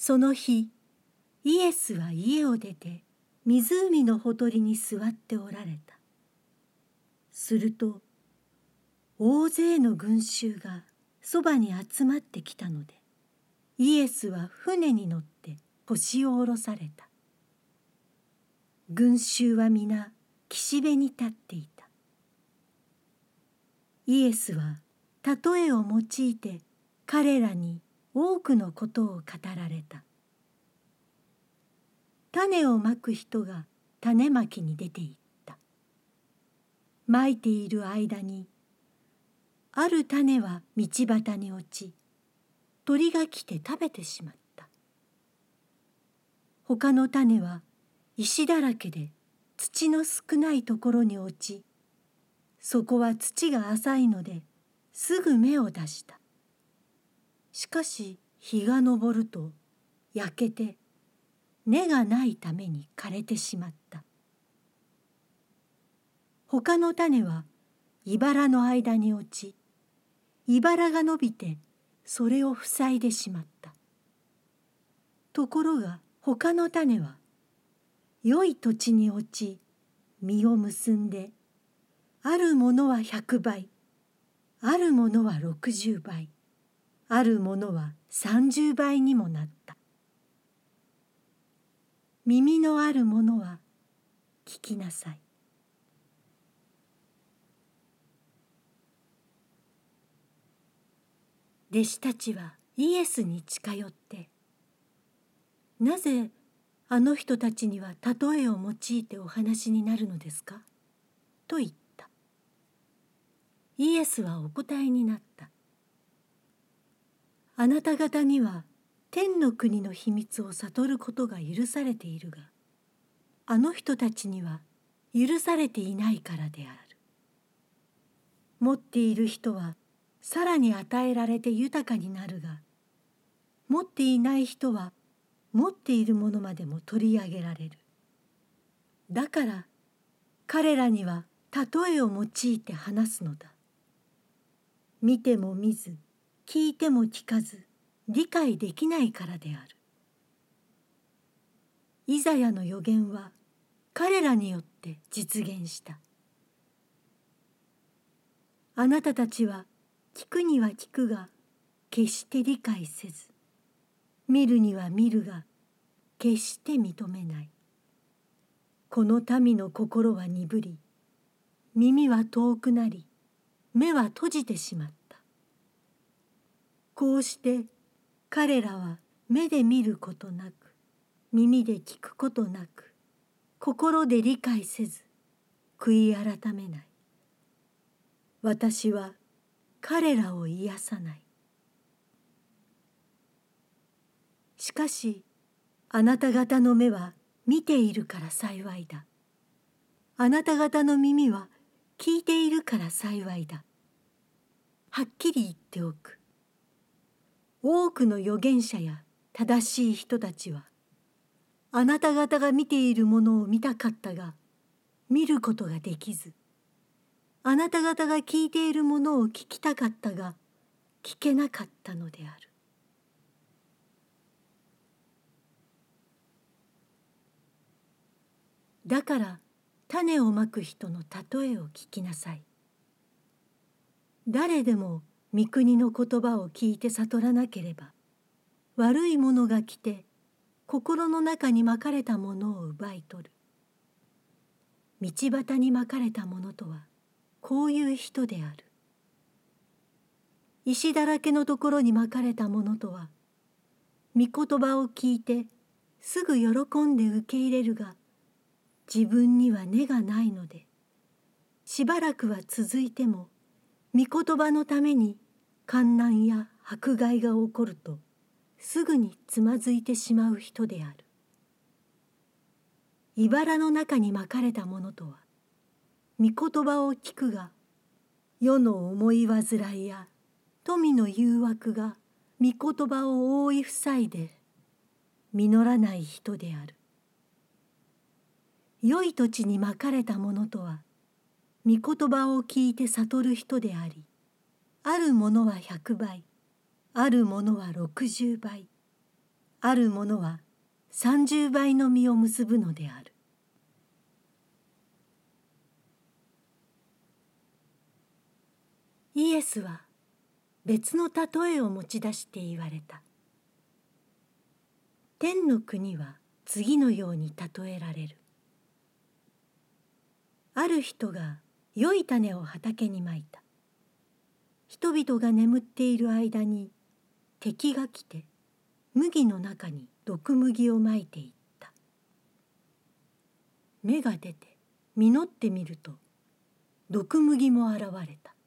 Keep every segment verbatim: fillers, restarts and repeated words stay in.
その日、イエスは家を出て湖のほとりに座っておられた。すると、大勢の群衆がそばに集まってきたので、イエスは船に乗って腰を下ろされた。群衆は皆岸辺に立っていた。イエスは例えを用いて彼らに多くのことを語られた。種をまく人が種まきに出て行った。まいている間に、ある種は道端に落ち、鳥が来て食べてしまった。他の種は石だらけで土の少ないところに落ち、そこは土が浅いのですぐ芽を出した。しかし日が昇ると焼けて根がないために枯れてしまった。他の種は茨の間に落ち、茨が伸びてそれを塞いでしまった。ところが他の種は良い土地に落ち、実を結んで、あるものは百倍、あるものは六十倍、あるものは三十倍にもなった。耳のあるものは聞きなさい。弟子たちはイエスに近寄って、なぜあの人たちには例えを用いてお話になるのですかと言った。イエスはお答えになった。あなた方には天の国の秘密を悟ることが許されているが、あの人たちには許されていないからである。持っている人はさらに与えられて豊かになるが、持っていない人は持っているものまでも取り上げられる。だから彼らには例えを用いて話すのだ。見ても見ず、聞いても聞かず、理解できないからである。イザヤの預言は彼らによって実現した。あなたたちは聞くには聞くが決して理解せず、見るには見るが決して認めない。この民の心は鈍り、耳は遠くなり、目は閉じてしまった。こうして彼らは目で見ることなく、耳で聞くことなく、心で理解せず、悔い改めない。私は彼らを癒さない。しかし、あなた方の目は見ているから幸いだ。あなた方の耳は聞いているから幸いだ。はっきり言っておく。多くの預言者や正しい人たちは、あなた方が見ているものを見たかったが、見ることができず、あなた方が聞いているものを聞きたかったが、聞けなかったのである。だから種をまく人の例えを聞きなさい。誰でも御国の言葉を聞いて悟らなければ、悪いものが来て心の中にまかれたものを奪い取る。道端にまかれたものとはこういう人である。石だらけのところにまかれたものとは、御言葉を聞いてすぐ喜んで受け入れるが、自分には根がないので、しばらくは続いても、御言葉のために患難や迫害が起こると、すぐにつまずいてしまう人である。茨の中にまかれたものとは、御言葉を聞くが、世の思い煩いや富の誘惑が御言葉を覆い塞いで、実らない人である。良い土地にまかれたものとは、御言葉を聞いて悟る人であり、あるものは百倍、あるものは六十倍、 あるものは三十倍の実を結ぶのである。イエスは別の例えを持ち出して言われた。天の国は次のように例えられる。ある人が良い種を畑にまいた。人々が眠っている間に敵が来て麦の中に毒麦をまいていった。芽が出て実ってみると毒麦も現れた。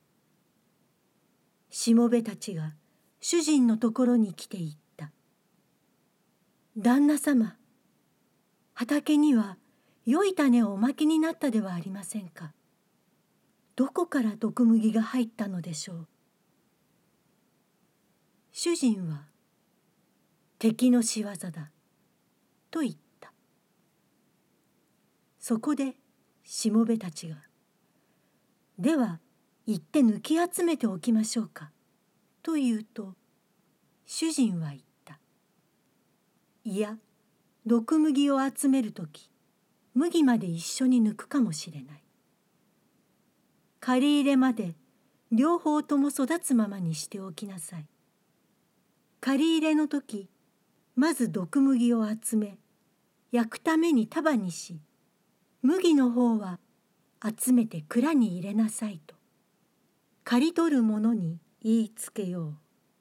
しもべたちが主人のところに来て言った。旦那様、畑には良い種をおまきになったではありませんか。どこから毒麦が入ったのでしょう。主人は敵の仕業だと言った。そこでしもべたちが、では行って抜き集めておきましょうかと言うと、主人は言った。いや、毒麦を集めるとき麦まで一緒に抜くかもしれない。借り入れまで両方とも育つままにしておきなさい。借り入れのときまず毒麦を集め焼くために束にし、麦の方は集めて蔵に入れなさいと刈り取る者に言いつけよう。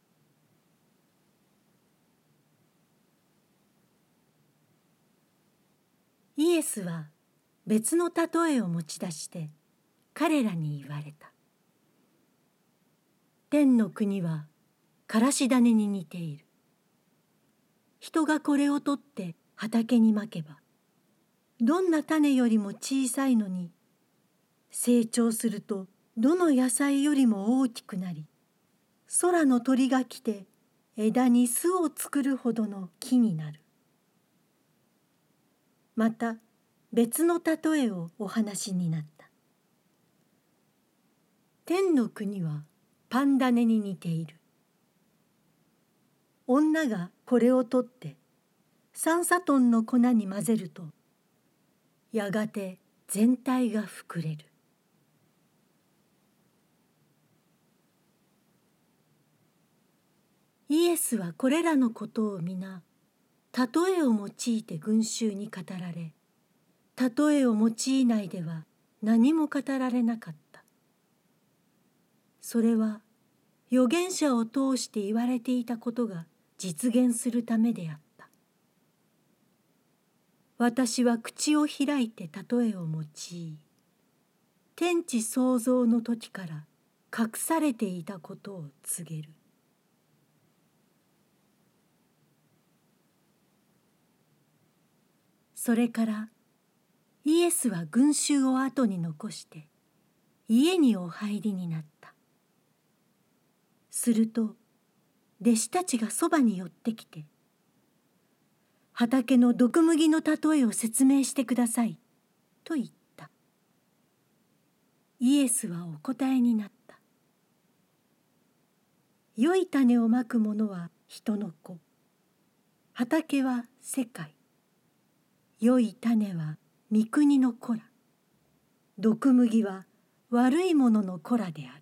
イエスは別の例えを持ち出して彼らに言われた。天の国はからし種に似ている。人がこれを取って畑にまけば、どんな種よりも小さいのに、成長するとどの野菜よりも大きくなり、空の鳥が来て枝に巣を作るほどの木になる。また別の例えをお話になった。天の国はパン種に似ている。女がこれを取って三砂糖の粉に混ぜると、やがて全体が膨れる。イエスはこれらのことを皆例えを用いて群衆に語られ、例えを用いないでは何も語られなかった。それは預言者を通して言われていたことが実現するためであった。私は口を開いて例えを用い、天地創造の時から隠されていたことを告げる。それからイエスは群衆を後に残して家にお入りになった。すると弟子たちがそばに寄ってきて、畑の毒麦の例えを説明してくださいと言った。イエスはお答えになった。良い種をまく者は人の子、畑は世界、良い種は御国の子ら、毒麦は悪い者の子らである。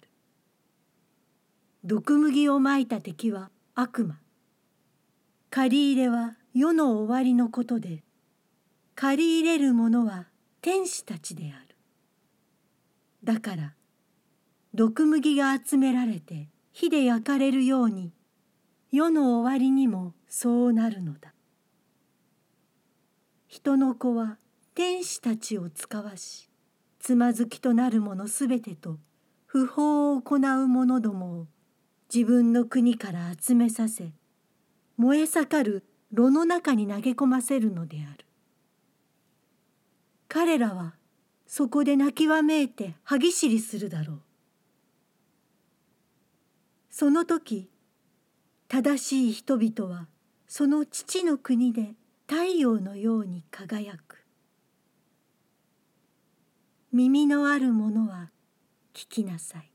毒麦をまいた敵は悪魔、借り入れは世の終わりのことで、借り入れる者は天使たちである。だから毒麦が集められて火で焼かれるように、世の終わりにもそうなるのだ。人の子は天使たちを遣わし、つまずきとなる者すべてと不法を行う者どもを自分の国から集めさせ、燃え盛る炉の中に投げ込ませるのである。彼らはそこで泣きわめいて歯ぎしりするだろう。その時、正しい人々はその父の国で太陽のように輝く。耳のある者は聞きなさい。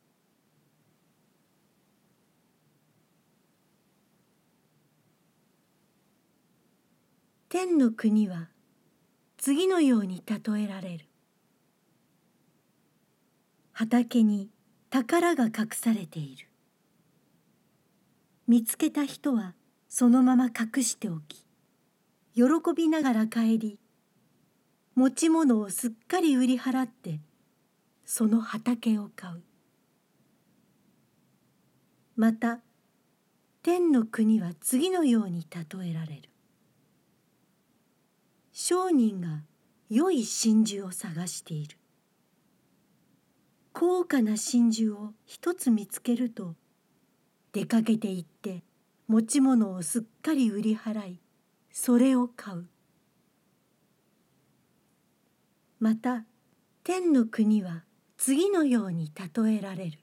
天の国は次のように例えられる。畑に宝が隠されている。見つけた人はそのまま隠しておき、喜びながら帰り、持ち物をすっかり売り払ってその畑を買う。また天の国は次のように例えられる。商人が良い真珠を探している。高価な真珠を一つ見つけると、出かけて行って持ち物をすっかり売り払い、それを買う。また天の国は次のように例えられる。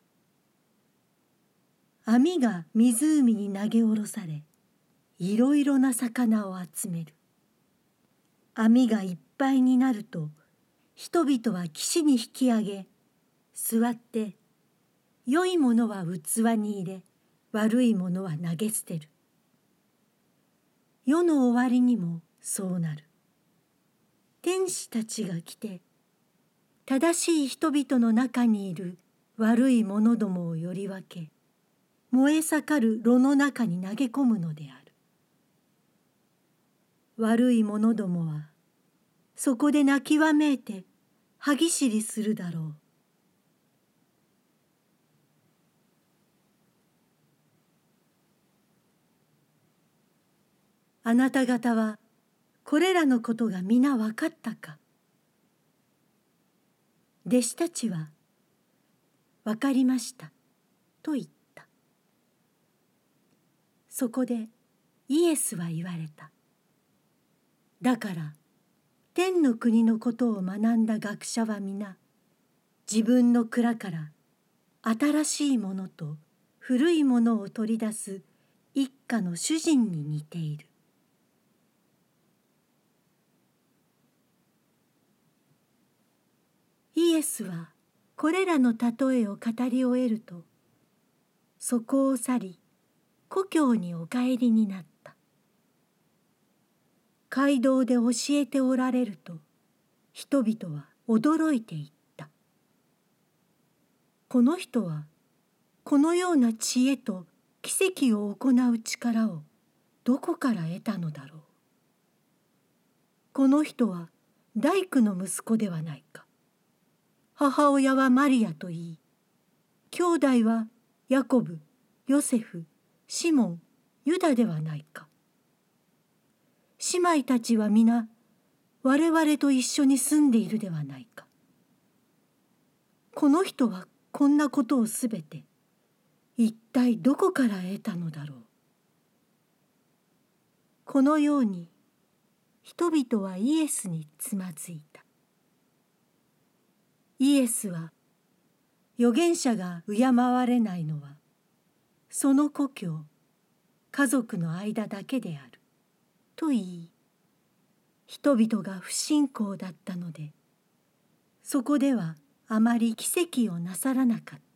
網が湖に投げ下ろされ、いろいろな魚を集める。網がいっぱいになると、人々は岸に引き上げ、座って良いものは器に入れ、悪いものは投げ捨てる。世の終わりにもそうなる。天使たちが来て、正しい人々の中にいる悪い者どもをより分け、燃え盛る炉の中に投げ込むのである。悪い者どもはそこで泣きわめいて歯ぎしりするだろう。あなた方はこれらのことが皆分かったか。弟子たちは分かりましたと言った。そこでイエスは言われた。だから天の国のことを学んだ学者は皆、自分の蔵から新しいものと古いものを取り出す一家の主人に似ている。イエスはこれらの例えを語り終えると、そこを去り故郷にお帰りになった。街道で教えておられると、人々は驚いていった。この人はこのような知恵と奇跡を行う力をどこから得たのだろう。この人は大工の息子ではないか。母親はマリアといい、兄弟はヤコブ、ヨセフ、シモン、ユダではないか。姉妹たちは皆我々と一緒に住んでいるではないか。この人はこんなことをすべて一体どこから得たのだろう。このように人々はイエスにつまずいた。イエスは預言者が敬われないのはその故郷家族の間だけであると言い、人々が不信仰だったのでそこではあまり奇跡をなさらなかった。